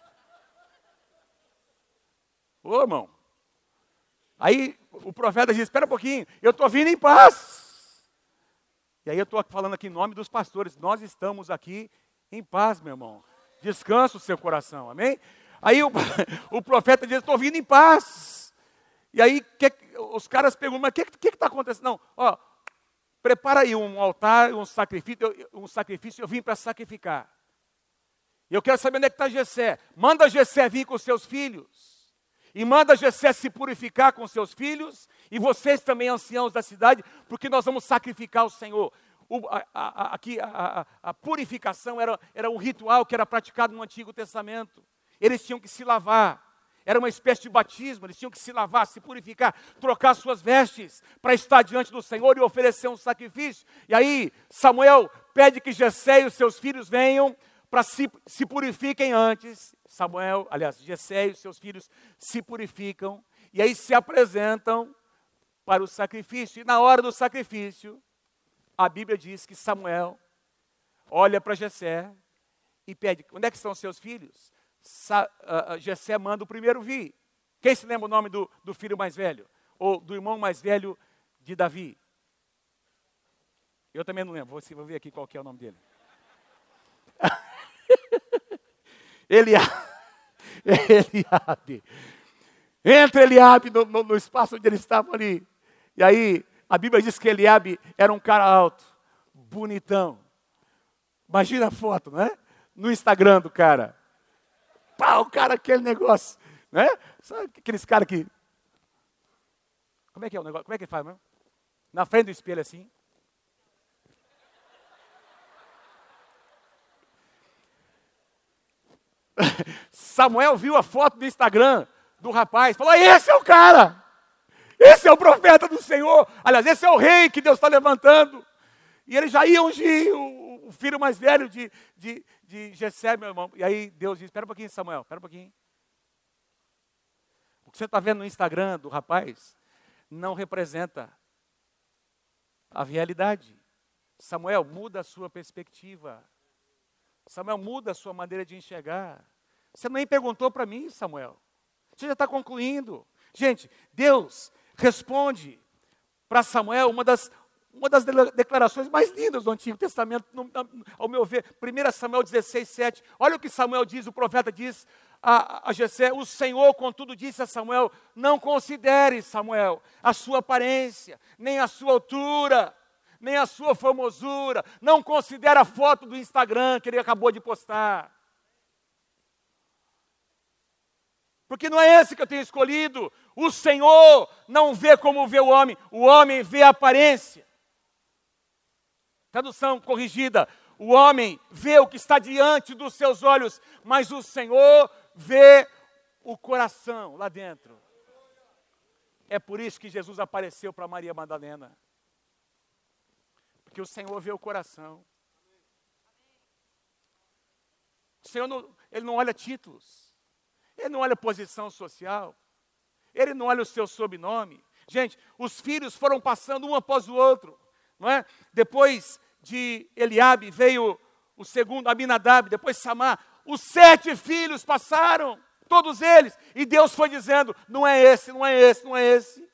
Ô, irmão. Aí o profeta diz, espera um pouquinho, eu estou vindo em paz. E aí eu estou falando aqui em nome dos pastores, nós estamos aqui em paz, meu irmão. Descansa o seu coração, amém? Aí o profeta diz, estou vindo em paz. E aí os caras perguntam, mas o que está acontecendo? Não, ó, prepara aí um altar, um sacrifício, eu vim para sacrificar. E eu quero saber onde é que está Jessé. Manda Jessé vir com seus filhos. E manda Jessé se purificar com seus filhos. E vocês também, anciãos da cidade, porque nós vamos sacrificar o Senhor. A purificação era um ritual que era praticado no Antigo Testamento. Eles tinham que se lavar. Era uma espécie de batismo, eles tinham que se lavar, se purificar, trocar suas vestes para estar diante do Senhor e oferecer um sacrifício. E aí Samuel pede que Jessé e os seus filhos venham para se purifiquem antes. Jessé e os seus filhos se purificam e aí se apresentam para o sacrifício. E na hora do sacrifício, a Bíblia diz que Samuel olha para Jessé e pede, onde é que estão os seus filhos? Jessé manda o primeiro vir. Quem se lembra o nome do filho mais velho? Ou do irmão mais velho de Davi? Eu também não lembro, vou ver aqui qual que é o nome dele. Eliabe. Entra Eliabe no espaço onde eles estavam ali. E aí, a Bíblia diz que Eliabe era um cara alto, bonitão. Imagina a foto, né? No Instagram do cara. O cara, aquele negócio, né? Sabe aqueles caras que... Como é que é o negócio? Como é que ele faz mesmo? Na frente do espelho assim. Samuel viu a foto do Instagram do rapaz, falou, esse é o cara! Esse é o profeta do Senhor! Aliás, esse é o rei que Deus está levantando. E ele já ia ungir o filho mais velho de Jessé, meu irmão. E aí Deus diz, espera um pouquinho, Samuel, espera um pouquinho. O que você está vendo no Instagram do rapaz não representa a realidade. Samuel, muda a sua perspectiva. Samuel, muda a sua maneira de enxergar. Você nem perguntou para mim, Samuel. Você já está concluindo. Gente, Deus responde para Samuel uma das declarações mais lindas do Antigo Testamento, ao meu ver, 1 Samuel 16, 7. Olha o que Samuel diz, o profeta diz a Jessé, o Senhor, contudo, disse a Samuel, não considere, Samuel, a sua aparência, nem a sua altura, nem a sua formosura, não considere a foto do Instagram que ele acabou de postar. Porque não é esse que eu tenho escolhido. O Senhor não vê como vê o homem vê a aparência. Tradução corrigida, o homem vê o que está diante dos seus olhos, mas o Senhor vê o coração lá dentro. É por isso que Jesus apareceu para Maria Madalena. Porque o Senhor vê o coração. O Senhor ele não olha títulos, ele não olha posição social, ele não olha o seu sobrenome. Gente, os filhos foram passando um após o outro. Não é? Depois de Eliabe veio o segundo, Aminadab, depois Samar. Os 7 filhos passaram, todos eles. E Deus foi dizendo, não é esse, não é esse, não é esse.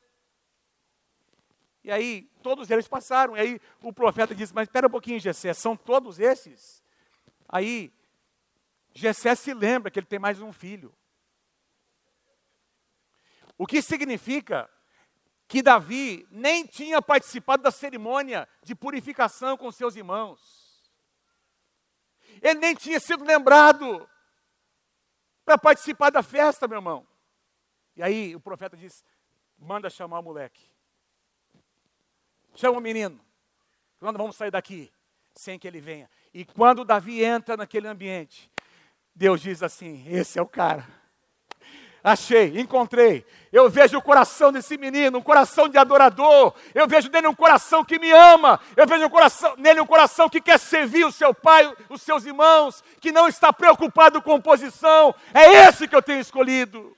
E aí, todos eles passaram. E aí o profeta disse, mas espera um pouquinho, Jessé, são todos esses? Aí, Jessé se lembra que ele tem mais um filho. O que significa que Davi nem tinha participado da cerimônia de purificação com seus irmãos. Ele nem tinha sido lembrado para participar da festa, meu irmão. E aí o profeta diz, manda chamar o moleque. Chama o menino. Quando vamos sair daqui? Sem que ele venha. E quando Davi entra naquele ambiente, Deus diz assim, esse é o cara. Achei, encontrei. Eu vejo o coração desse menino, um coração de adorador. Eu vejo nele um coração que me ama. Eu vejo nele um coração que quer servir o seu pai, os seus irmãos, que não está preocupado com posição. É esse que eu tenho escolhido.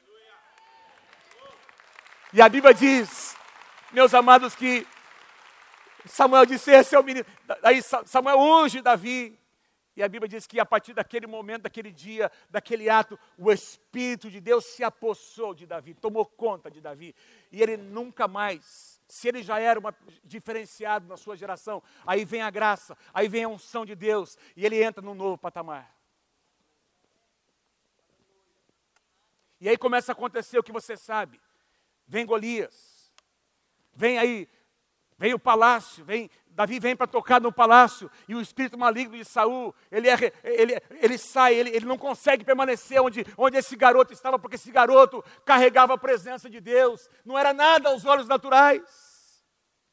E a Bíblia diz, meus amados, que Samuel disse, esse é o menino. Aí Samuel unge Davi. E a Bíblia diz que a partir daquele momento, daquele dia, daquele ato, o Espírito de Deus se apossou de Davi, tomou conta de Davi. E ele nunca mais, se ele já era diferenciado na sua geração, aí vem a graça, aí vem a unção de Deus, e ele entra num novo patamar. E aí começa a acontecer o que você sabe. Vem Golias, vem o palácio, Davi vem para tocar no palácio, e o espírito maligno de Saul, ele sai, ele não consegue permanecer onde esse garoto estava, porque esse garoto carregava a presença de Deus, não era nada aos olhos naturais.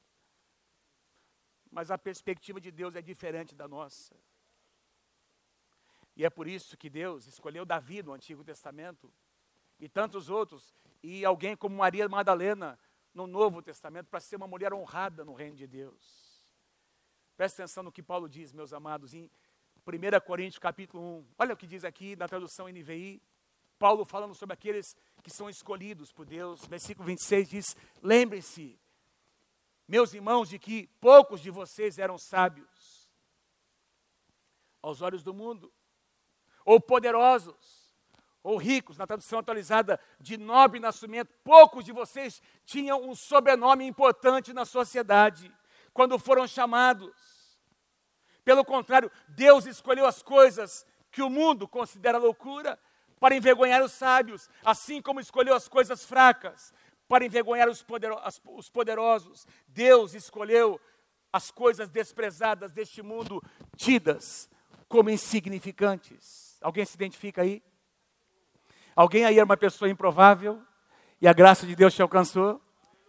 Mas a perspectiva de Deus é diferente da nossa. E é por isso que Deus escolheu Davi no Antigo Testamento, e tantos outros, e alguém como Maria Madalena, no Novo Testamento, para ser uma mulher honrada no reino de Deus. Presta atenção no que Paulo diz, meus amados, em 1 Coríntios capítulo 1. Olha o que diz aqui na tradução NVI. Paulo falando sobre aqueles que são escolhidos por Deus. Versículo 26 diz, lembrem-se, meus irmãos, de que poucos de vocês eram sábios aos olhos do mundo, ou poderosos, ou ricos, na tradução atualizada, de nobre nascimento. Poucos de vocês tinham um sobrenome importante na sociedade, quando foram chamados. Pelo contrário, Deus escolheu as coisas que o mundo considera loucura, para envergonhar os sábios, assim como escolheu as coisas fracas, para envergonhar os poderosos. Deus escolheu as coisas desprezadas deste mundo, tidas como insignificantes. Alguém se identifica aí? Alguém aí era uma pessoa improvável e a graça de Deus te alcançou?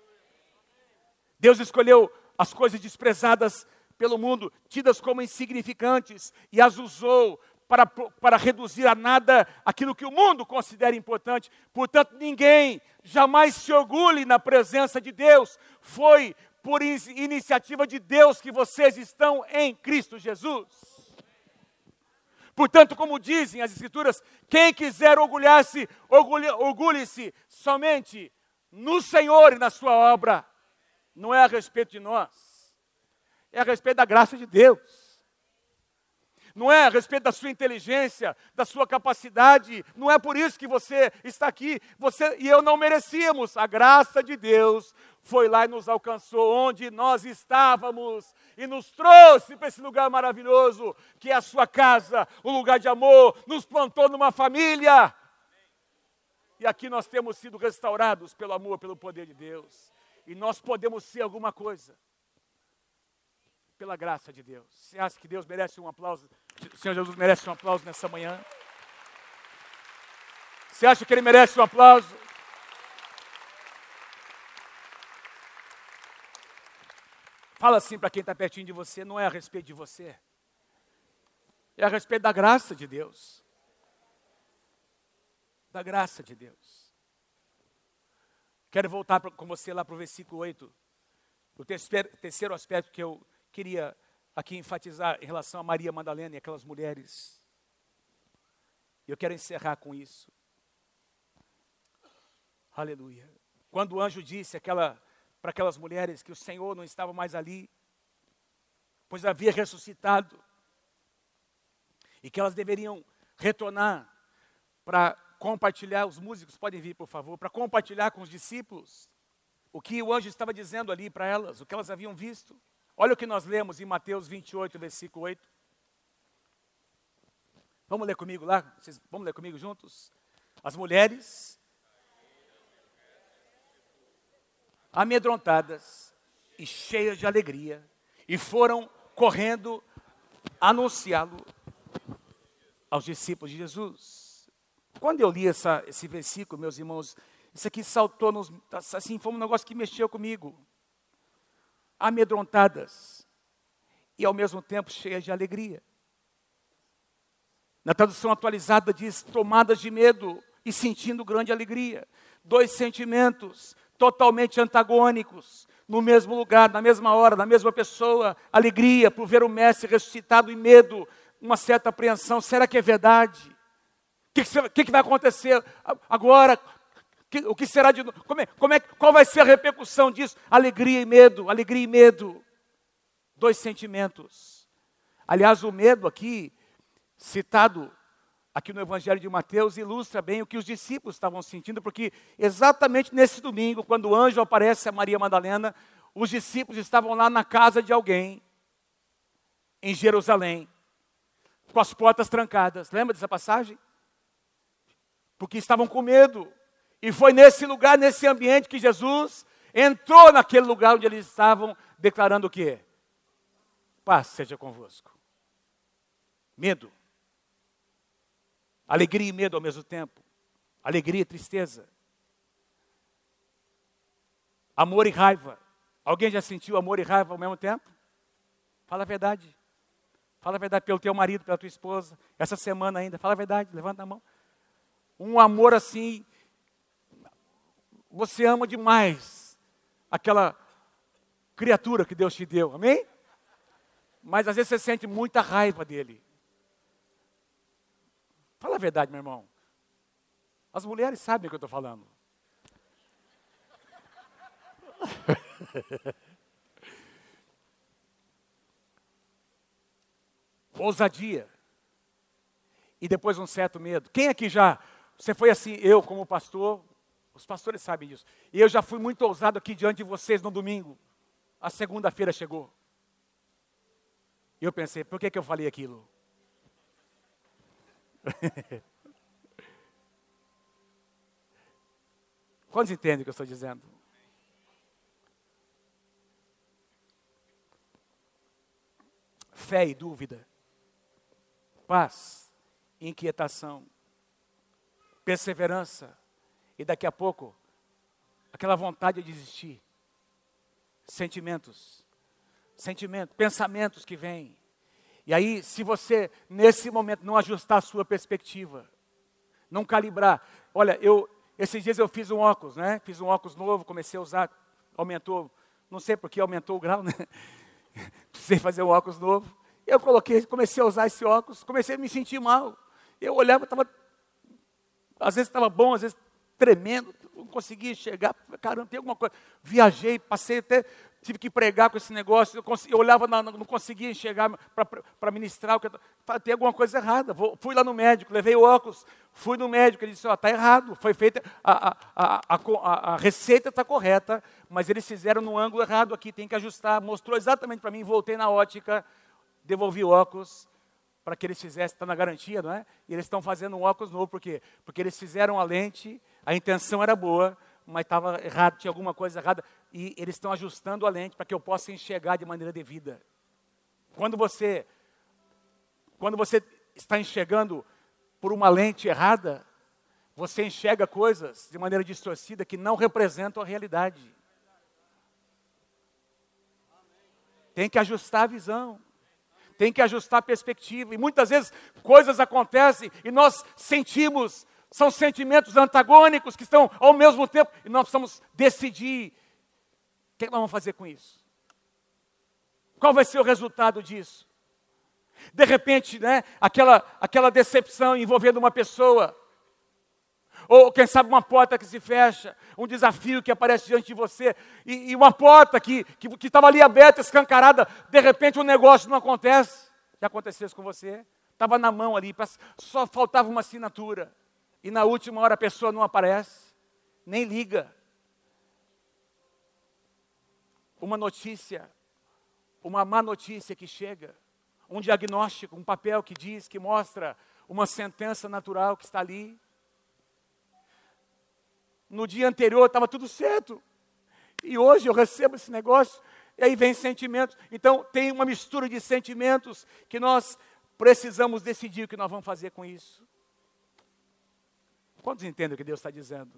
Deus escolheu as coisas desprezadas pelo mundo, tidas como insignificantes, e as usou para reduzir a nada aquilo que o mundo considera importante. Portanto, ninguém jamais se orgulhe na presença de Deus. Foi por iniciativa de Deus que vocês estão em Cristo Jesus. Portanto, como dizem as Escrituras, quem quiser orgulhar-se, orgulhe-se somente no Senhor e na sua obra. Não é a respeito de nós, é a respeito da graça de Deus. Não é a respeito da sua inteligência, da sua capacidade, não é por isso que você está aqui. Você e eu não merecíamos. A graça de Deus foi lá e nos alcançou onde nós estávamos e nos trouxe para esse lugar maravilhoso, que é a sua casa, um lugar de amor, nos plantou numa família. E aqui nós temos sido restaurados pelo amor, pelo poder de Deus. E nós podemos ser alguma coisa pela graça de Deus. Você acha que Deus merece um aplauso? O Senhor Jesus merece um aplauso nessa manhã? Você acha que Ele merece um aplauso? Fala assim para quem está pertinho de você, não é a respeito de você. É a respeito da graça de Deus. Da graça de Deus. Quero voltar com você lá para o versículo 8. O terceiro aspecto que eu queria aqui enfatizar em relação a Maria Madalena e aquelas mulheres. Eu quero encerrar com isso. Aleluia. Quando o anjo disse para aquelas mulheres que o Senhor não estava mais ali, pois havia ressuscitado, e que elas deveriam retornar para compartilhar, os músicos podem vir, por favor, para compartilhar com os discípulos o que o anjo estava dizendo ali para elas, o que elas haviam visto. Olha o que nós lemos em Mateus 28, versículo 8. Vamos ler comigo lá? Vamos ler comigo juntos? As mulheres amedrontadas e cheias de alegria, e foram correndo anunciá-lo aos discípulos de Jesus. Quando eu li esse versículo, meus irmãos, isso aqui saltou, assim, foi um negócio que mexeu comigo. Amedrontadas e ao mesmo tempo cheias de alegria. Na tradução atualizada diz, tomadas de medo e sentindo grande alegria. Dois sentimentos totalmente antagônicos, no mesmo lugar, na mesma hora, na mesma pessoa. Alegria por ver o mestre ressuscitado e medo, uma certa apreensão. Será que é verdade? O que vai acontecer agora? O que será de novo? Qual vai ser a repercussão disso? Alegria e medo, alegria e medo. Dois sentimentos. Aliás, o medo aqui, citado aqui no Evangelho de Mateus, ilustra bem o que os discípulos estavam sentindo, porque exatamente nesse domingo, quando o anjo aparece a Maria Madalena, os discípulos estavam lá na casa de alguém, em Jerusalém, com as portas trancadas. Lembra dessa passagem? Porque estavam com medo. E foi nesse lugar, nesse ambiente, que Jesus entrou naquele lugar onde eles estavam, declarando o quê? Paz seja convosco. Medo. Alegria e medo ao mesmo tempo. Alegria e tristeza. Amor e raiva. Alguém já sentiu amor e raiva ao mesmo tempo? Fala a verdade. Fala a verdade pelo teu marido, pela tua esposa. Essa semana ainda. Fala a verdade, levanta a mão. Um amor assim. Você ama demais aquela criatura que Deus te deu. Amém? Mas às vezes você sente muita raiva dele. Fala a verdade, meu irmão. As mulheres sabem o que eu estou falando. Ousadia. E depois um certo medo. Quem aqui já... Você foi assim, eu como pastor, os pastores sabem disso. E eu já fui muito ousado aqui diante de vocês no domingo. A segunda-feira chegou. E eu pensei, por que eu falei aquilo? Quantos entendem o que eu estou dizendo? Fé e dúvida, paz, inquietação, perseverança, e daqui a pouco, aquela vontade de desistir, sentimentos, pensamentos que vêm. E aí, se você, nesse momento, não ajustar a sua perspectiva, não calibrar. Olha, esses dias eu fiz um óculos, né? Fiz um óculos novo, comecei a usar, aumentou, não sei porque aumentou o grau, né? Precisei fazer um óculos novo. Eu comecei a usar esse óculos, comecei a me sentir mal. Eu olhava, às vezes estava bom, às vezes tremendo, não conseguia enxergar. Caramba, tem alguma coisa. Viajei, passei até... Tive que pregar com esse negócio, eu olhava, não conseguia enxergar para ministrar. Tem alguma coisa errada. Fui lá no médico, levei o óculos, fui no médico, ele disse, está errado, foi feita, a receita está correta, mas eles fizeram no ângulo errado aqui, tem que ajustar. Mostrou exatamente para mim, voltei na ótica, devolvi o óculos, para que eles fizessem, está na garantia, não é? E eles estão fazendo um óculos novo, por quê? Porque eles fizeram a lente, a intenção era boa, mas estava errado, tinha alguma coisa errada, e eles estão ajustando a lente para que eu possa enxergar de maneira devida. Quando você está enxergando por uma lente errada, você enxerga coisas de maneira distorcida que não representam a realidade. Tem que ajustar a visão. Tem que ajustar a perspectiva. E muitas vezes coisas acontecem e nós sentimos, são sentimentos antagônicos que estão ao mesmo tempo. E nós precisamos decidir o que nós vamos fazer com isso. Qual vai ser o resultado disso? De repente, né, aquela decepção envolvendo uma pessoa. Ou quem sabe uma porta que se fecha, um desafio que aparece diante de você, e uma porta que estava ali aberta, escancarada, de repente um negócio não acontece. Já aconteceu isso com você? Estava na mão ali, só faltava uma assinatura. E na última hora a pessoa não aparece, nem liga. Uma notícia, uma má notícia que chega, um diagnóstico, um papel que diz, que mostra uma sentença natural que está ali. No dia anterior estava tudo certo. E hoje eu recebo esse negócio, e aí vem sentimentos. Então, tem uma mistura de sentimentos que nós precisamos decidir o que nós vamos fazer com isso. Quantos entendem o que Deus está dizendo?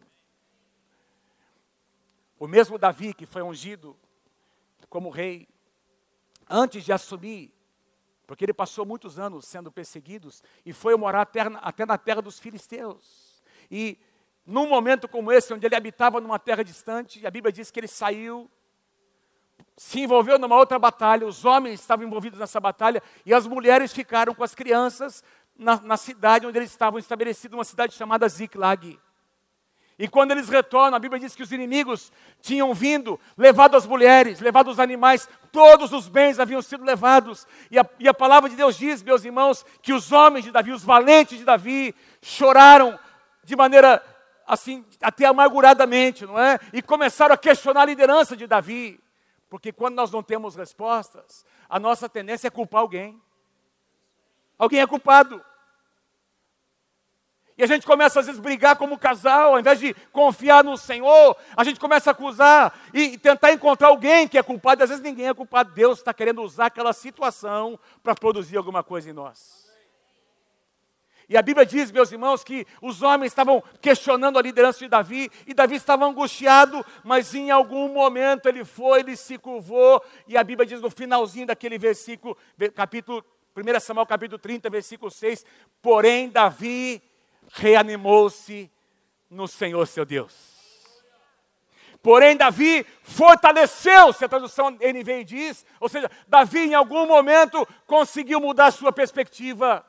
O mesmo Davi que foi ungido como rei, antes de assumir, porque ele passou muitos anos sendo perseguido e foi morar até na terra dos filisteus. E num momento como esse, onde ele habitava numa terra distante, a Bíblia diz que ele saiu, se envolveu numa outra batalha, os homens estavam envolvidos nessa batalha, e as mulheres ficaram com as crianças na cidade onde eles estavam estabelecidos, uma cidade chamada Ziklag. E quando eles retornam, a Bíblia diz que os inimigos tinham vindo, levado as mulheres, levado os animais, todos os bens haviam sido levados. E a palavra de Deus diz, meus irmãos, que os homens de Davi, os valentes de Davi, choraram de maneira assim, até amarguradamente, não é? E começaram a questionar a liderança de Davi. Porque quando nós não temos respostas, a nossa tendência é culpar alguém. Alguém é culpado. E a gente começa às vezes a brigar como casal, ao invés de confiar no Senhor, a gente começa a acusar e tentar encontrar alguém que é culpado. E às vezes ninguém é culpado, Deus está querendo usar aquela situação para produzir alguma coisa em nós. E a Bíblia diz, meus irmãos, que os homens estavam questionando a liderança de Davi, e Davi estava angustiado, mas em algum momento ele se curvou, e a Bíblia diz no finalzinho daquele versículo, 1 Samuel capítulo 30, versículo 6, porém Davi reanimou-se no Senhor seu Deus. Porém Davi fortaleceu-se, a tradução NVI diz, ou seja, Davi em algum momento conseguiu mudar a sua perspectiva.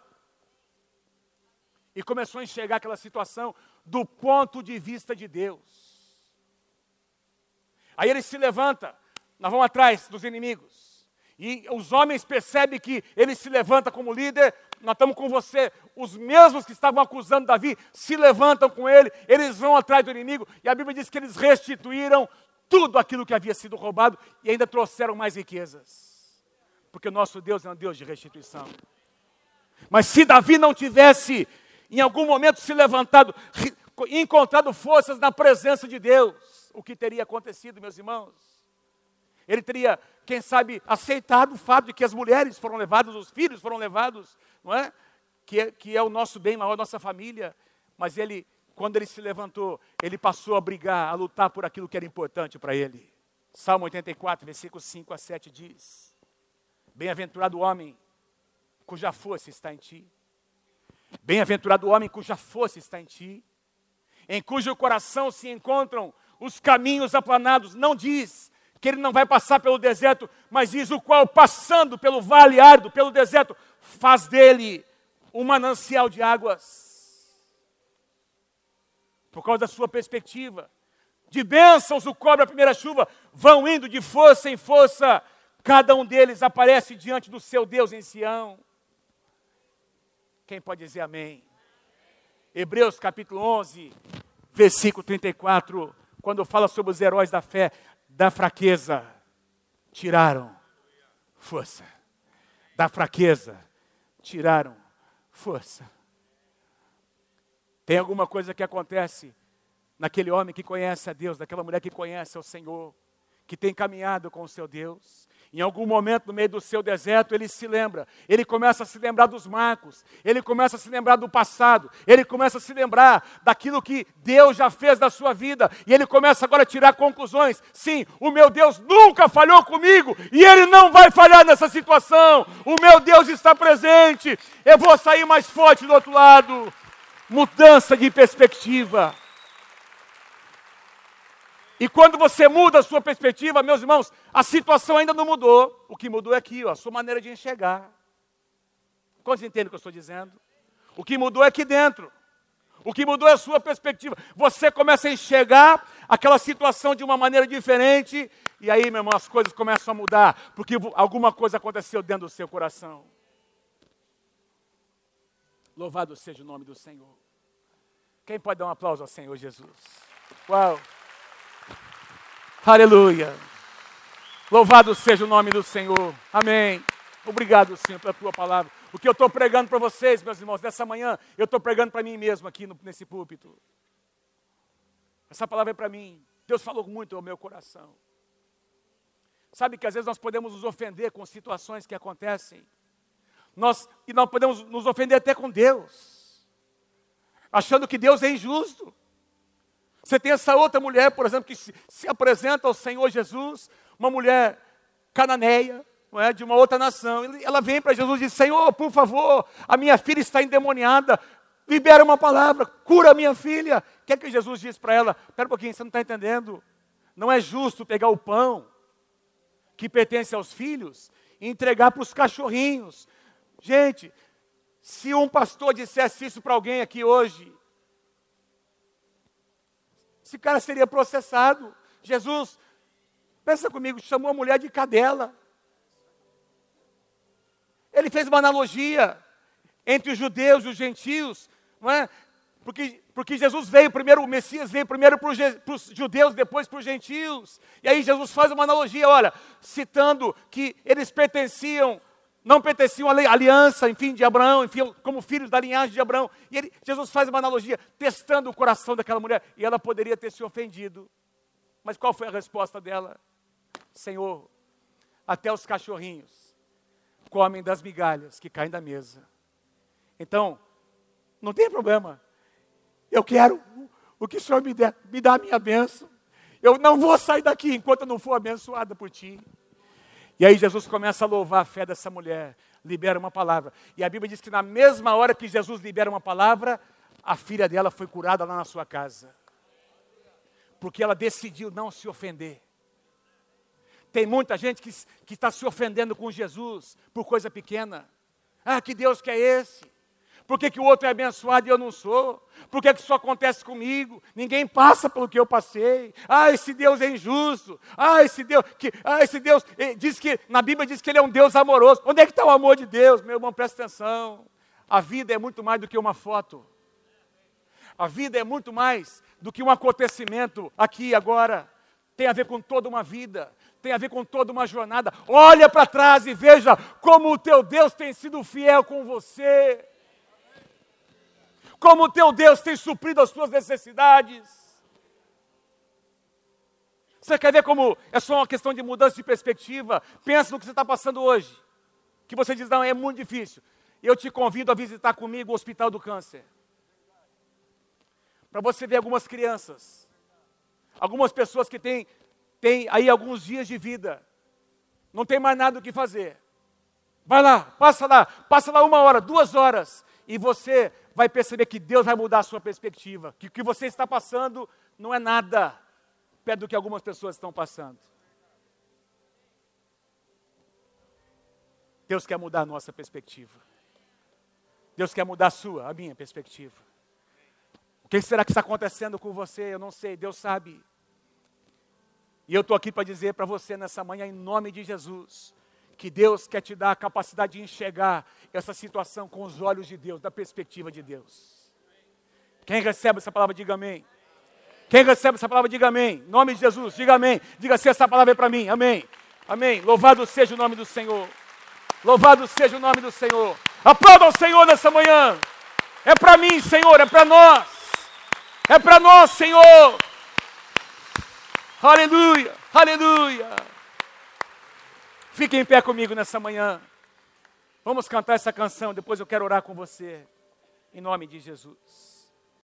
E começou a enxergar aquela situação do ponto de vista de Deus. Aí ele se levanta, nós vamos atrás dos inimigos. E os homens percebem que ele se levanta como líder, nós estamos com você. Os mesmos que estavam acusando Davi se levantam com ele, eles vão atrás do inimigo. E a Bíblia diz que eles restituíram tudo aquilo que havia sido roubado e ainda trouxeram mais riquezas. Porque o nosso Deus é um Deus de restituição. Mas se Davi não tivesse em algum momento se levantado, encontrado forças na presença de Deus, o que teria acontecido, meus irmãos? Ele teria, quem sabe, aceitado o fato de que as mulheres foram levadas, os filhos foram levados, não é? Que é o nosso bem maior, nossa família. Mas ele, quando ele se levantou, ele passou a brigar, a lutar por aquilo que era importante para ele. Salmo 84, versículos 5 a 7 diz: bem-aventurado o homem cuja força está em ti. Bem-aventurado o homem cuja força está em ti, em cujo coração se encontram os caminhos aplanados. Não diz que ele não vai passar pelo deserto, mas diz o qual, passando pelo vale árido, pelo deserto, faz dele um manancial de águas. Por causa da sua perspectiva, de bênçãos o cobre a primeira chuva, vão indo de força em força, cada um deles aparece diante do seu Deus em Sião. Quem pode dizer amém? Hebreus capítulo 11, versículo 34, quando fala sobre os heróis da fé, da fraqueza tiraram força. Da fraqueza tiraram força. Tem alguma coisa que acontece naquele homem que conhece a Deus, naquela mulher que conhece o Senhor, que tem caminhado com o seu Deus. Em algum momento, no meio do seu deserto, ele se lembra. Ele começa a se lembrar dos marcos. Ele começa a se lembrar do passado. Ele começa a se lembrar daquilo que Deus já fez na sua vida. E ele começa agora a tirar conclusões. Sim, o meu Deus nunca falhou comigo. E Ele não vai falhar nessa situação. O meu Deus está presente. Eu vou sair mais forte do outro lado. Mudança de perspectiva. E quando você muda a sua perspectiva, meus irmãos, a situação ainda não mudou. O que mudou é aqui, a sua maneira de enxergar. Quantos entendem o que eu estou dizendo? O que mudou é aqui dentro. O que mudou é a sua perspectiva. Você começa a enxergar aquela situação de uma maneira diferente. E aí, meu irmão, as coisas começam a mudar. Porque alguma coisa aconteceu dentro do seu coração. Louvado seja o nome do Senhor. Quem pode dar um aplauso ao Senhor Jesus? Uau! Aleluia. Louvado seja o nome do Senhor. Amém. Obrigado, Senhor, pela tua palavra. O que eu estou pregando para vocês, meus irmãos, dessa manhã, eu estou pregando para mim mesmo aqui nesse púlpito. Essa palavra é para mim. Deus falou muito ao meu coração. Sabe que às vezes nós podemos nos ofender com situações que acontecem. E nós podemos nos ofender até com Deus, achando que Deus é injusto. Você tem essa outra mulher, por exemplo, que se apresenta ao Senhor Jesus, uma mulher cananeia, não é, de uma outra nação. Ela vem para Jesus e diz: Senhor, por favor, a minha filha está endemoniada, libera uma palavra, cura a minha filha. O que é que Jesus diz para ela? Espera um pouquinho, você não está entendendo. Não é justo pegar o pão que pertence aos filhos e entregar para os cachorrinhos. Gente, se um pastor dissesse isso para alguém aqui hoje, esse cara seria processado. Jesus, pensa comigo, chamou a mulher de cadela. Ele fez uma analogia entre os judeus e os gentios, não é? Porque Jesus veio primeiro, o Messias veio primeiro para os judeus, depois para os gentios. E aí Jesus faz uma analogia, olha, citando que eles não pertenciam à aliança, enfim, de Abraão, enfim, como filhos da linhagem de Abraão. E Jesus faz uma analogia, testando o coração daquela mulher, e ela poderia ter se ofendido. Mas qual foi a resposta dela? Senhor, até os cachorrinhos comem das migalhas que caem da mesa. Então, não tem problema. Eu quero o que o Senhor me der, me dá a minha bênção. Eu não vou sair daqui enquanto eu não for abençoada por Ti. E aí Jesus começa a louvar a fé dessa mulher, libera uma palavra. E a Bíblia diz que na mesma hora que Jesus libera uma palavra, a filha dela foi curada lá na sua casa. Porque ela decidiu não se ofender. Tem muita gente que está se ofendendo com Jesus por coisa pequena. Ah, que Deus que é esse? Por que o outro é abençoado e eu não sou? Por que isso acontece comigo? Ninguém passa pelo que eu passei. Ah, esse Deus é injusto. Esse Deus diz que, na Bíblia diz que Ele é um Deus amoroso. Onde é que está o amor de Deus? Meu irmão, presta atenção. A vida é muito mais do que uma foto. A vida é muito mais do que um acontecimento aqui e agora. Tem a ver com toda uma vida. Tem a ver com toda uma jornada. Olha para trás e veja como o teu Deus tem sido fiel com você. Como o teu Deus tem suprido as tuas necessidades. Você quer ver como é só uma questão de mudança de perspectiva? Pensa no que você está passando hoje. Que você diz, não, é muito difícil. Eu te convido a visitar comigo o Hospital do Câncer. Para você ver algumas crianças. Algumas pessoas que têm aí alguns dias de vida. Não tem mais nada o que fazer. Vai lá, passa lá 1 hora, 2 horas. E você vai perceber que Deus vai mudar a sua perspectiva. Que o que você está passando não é nada perto do que algumas pessoas estão passando. Deus quer mudar a nossa perspectiva. Deus quer mudar a minha perspectiva. O que será que está acontecendo com você? Eu não sei, Deus sabe. E eu estou aqui para dizer para você nessa manhã, em nome de Jesus, que Deus quer te dar a capacidade de enxergar essa situação com os olhos de Deus, da perspectiva de Deus. Quem recebe essa palavra, diga amém. Quem recebe essa palavra, diga amém. Em nome de Jesus, diga amém. Diga assim, essa palavra é para mim, amém. Amém. Louvado seja o nome do Senhor. Louvado seja o nome do Senhor. Aplauda ao Senhor nessa manhã. É para mim, Senhor, é para nós. É para nós, Senhor. Aleluia, aleluia. Fique em pé comigo nessa manhã. Vamos cantar essa canção, depois eu quero orar com você. Em nome de Jesus.